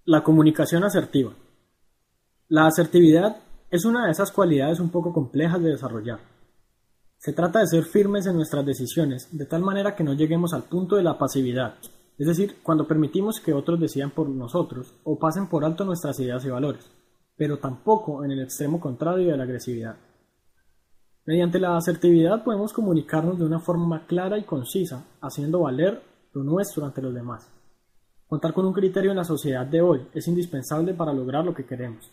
La comunicación asertiva. La asertividad es una de esas cualidades un poco complejas de desarrollar. Se trata de ser firmes en nuestras decisiones, de tal manera que no lleguemos al punto de la pasividad, es decir, cuando permitimos que otros decidan por nosotros o pasen por alto nuestras ideas y valores, pero tampoco en el extremo contrario de la agresividad. Mediante la asertividad podemos comunicarnos de una forma clara y concisa, haciendo valer lo nuestro ante los demás. Contar con un criterio en la sociedad de hoy es indispensable para lograr lo que queremos.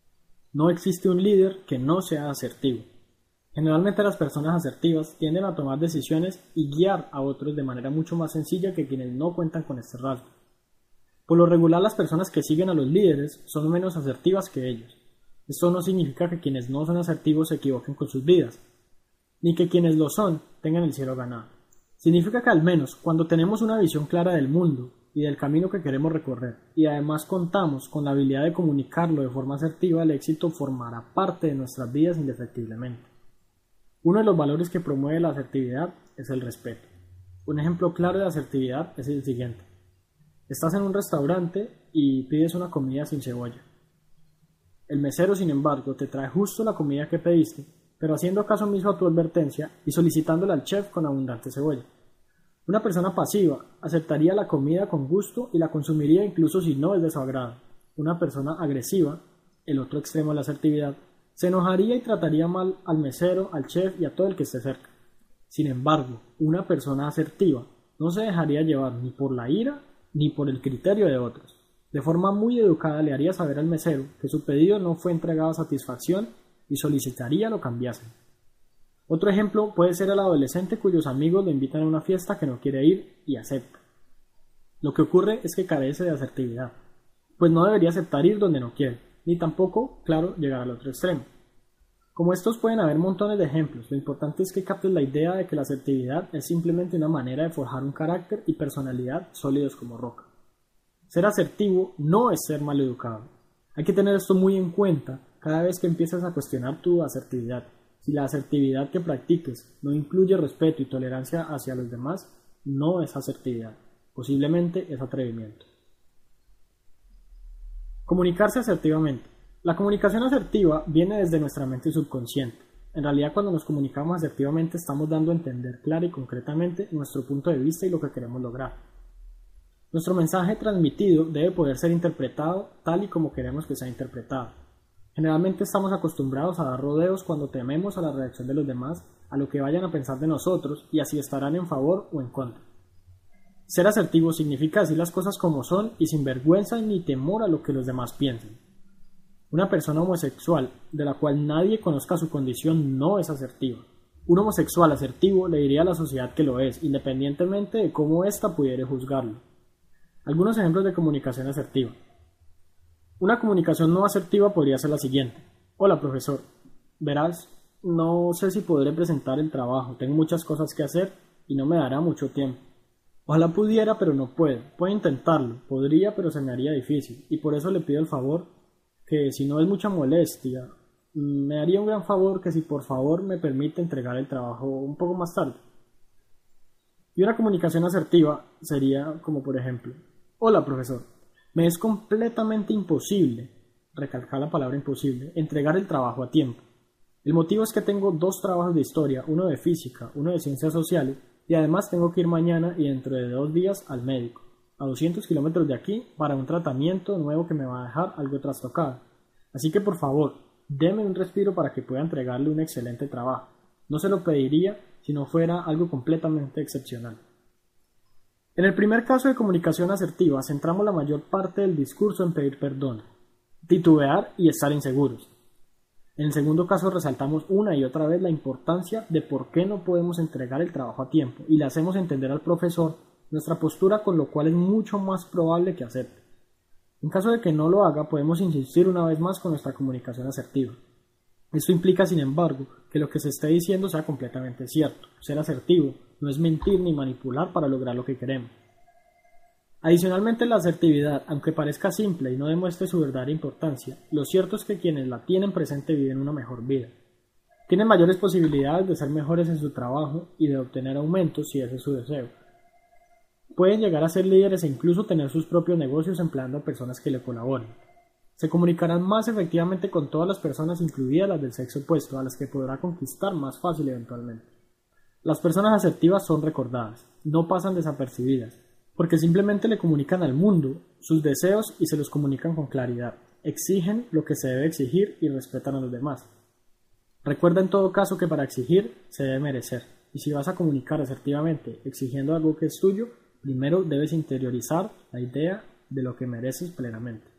No existe un líder que no sea asertivo. Generalmente las personas asertivas tienden a tomar decisiones y guiar a otros de manera mucho más sencilla que quienes no cuentan con este rasgo. Por lo regular, las personas que siguen a los líderes son menos asertivas que ellos. Esto no significa que quienes no son asertivos se equivoquen con sus vidas, ni que quienes lo son tengan el cielo ganado. Significa que al menos cuando tenemos una visión clara del mundo y del camino que queremos recorrer, y además contamos con la habilidad de comunicarlo de forma asertiva, el éxito formará parte de nuestras vidas indefectiblemente. Uno de los valores que promueve la asertividad es el respeto. Un ejemplo claro de asertividad es el siguiente. Estás en un restaurante y pides una comida sin cebolla. El mesero, sin embargo, te trae justo la comida que pediste, pero haciendo caso omiso a tu advertencia y solicitándola al chef con abundante cebolla. Una persona pasiva aceptaría la comida con gusto y la consumiría incluso si no es de su agrado. Una persona agresiva, el otro extremo de la asertividad, se enojaría y trataría mal al mesero, al chef y a todo el que esté cerca. Sin embargo, una persona asertiva no se dejaría llevar ni por la ira ni por el criterio de otros. De forma muy educada le haría saber al mesero que su pedido no fue entregado a satisfacción y solicitaría lo cambiasen. Otro ejemplo puede ser el adolescente cuyos amigos lo invitan a una fiesta que no quiere ir y acepta. Lo que ocurre es que carece de asertividad, pues no debería aceptar ir donde no quiere, ni tampoco, claro, llegar al otro extremo. Como estos pueden haber montones de ejemplos, lo importante es que captes la idea de que la asertividad es simplemente una manera de forjar un carácter y personalidad sólidos como roca. Ser asertivo no es ser maleducado. Hay que tener esto muy en cuenta cada vez que empieces a cuestionar tu asertividad. Si la asertividad que practiques no incluye respeto y tolerancia hacia los demás, no es asertividad, posiblemente es atrevimiento. Comunicarse asertivamente. La comunicación asertiva viene desde nuestra mente subconsciente. En realidad, cuando nos comunicamos asertivamente estamos dando a entender clara y concretamente nuestro punto de vista y lo que queremos lograr. Nuestro mensaje transmitido debe poder ser interpretado tal y como queremos que sea interpretado. Generalmente estamos acostumbrados a dar rodeos cuando tememos a la reacción de los demás, a lo que vayan a pensar de nosotros y así estarán en favor o en contra. Ser asertivo significa decir las cosas como son y sin vergüenza ni temor a lo que los demás piensen. Una persona homosexual de la cual nadie conozca su condición no es asertiva. Un homosexual asertivo le diría a la sociedad que lo es, independientemente de cómo ésta pudiera juzgarlo. Algunos ejemplos de comunicación asertiva. Una comunicación no asertiva podría ser la siguiente. Hola, profesor. Verás, no sé si podré presentar el trabajo. Tengo muchas cosas que hacer y no me dará mucho tiempo. Ojalá pudiera, pero no puedo. Puedo intentarlo. Podría, pero se me haría difícil. Y por eso le pido el favor que, si no es mucha molestia, me haría un gran favor que si por favor me permite entregar el trabajo un poco más tarde. Y una comunicación asertiva sería como por ejemplo, hola, profesor. Me es completamente imposible, recalcar la palabra imposible, entregar el trabajo a tiempo. El motivo es que tengo 2 trabajos de historia, uno de física, uno de ciencias sociales, y además tengo que ir mañana y dentro de 2 días al médico, a 200 kilómetros de aquí, para un tratamiento nuevo que me va a dejar algo trastocado. Así que por favor, deme un respiro para que pueda entregarle un excelente trabajo. No se lo pediría si no fuera algo completamente excepcional. En el primer caso de comunicación asertiva, centramos la mayor parte del discurso en pedir perdón, titubear y estar inseguros. En el segundo caso resaltamos una y otra vez la importancia de por qué no podemos entregar el trabajo a tiempo y le hacemos entender al profesor nuestra postura, con lo cual es mucho más probable que acepte. En caso de que no lo haga, podemos insistir una vez más con nuestra comunicación asertiva. Esto implica, sin embargo, que lo que se esté diciendo sea completamente cierto. Ser asertivo no es mentir ni manipular para lograr lo que queremos. Adicionalmente, la asertividad, aunque parezca simple y no demuestre su verdadera importancia, lo cierto es que quienes la tienen presente viven una mejor vida. Tienen mayores posibilidades de ser mejores en su trabajo y de obtener aumentos si ese es su deseo. Pueden llegar a ser líderes e incluso tener sus propios negocios empleando a personas que le colaboren. Se comunicarán más efectivamente con todas las personas, incluidas las del sexo opuesto, a las que podrá conquistar más fácil eventualmente. Las personas asertivas son recordadas, no pasan desapercibidas, porque simplemente le comunican al mundo sus deseos y se los comunican con claridad, exigen lo que se debe exigir y respetan a los demás. Recuerda en todo caso que para exigir se debe merecer, y si vas a comunicar asertivamente exigiendo algo que es tuyo, primero debes interiorizar la idea de lo que mereces plenamente.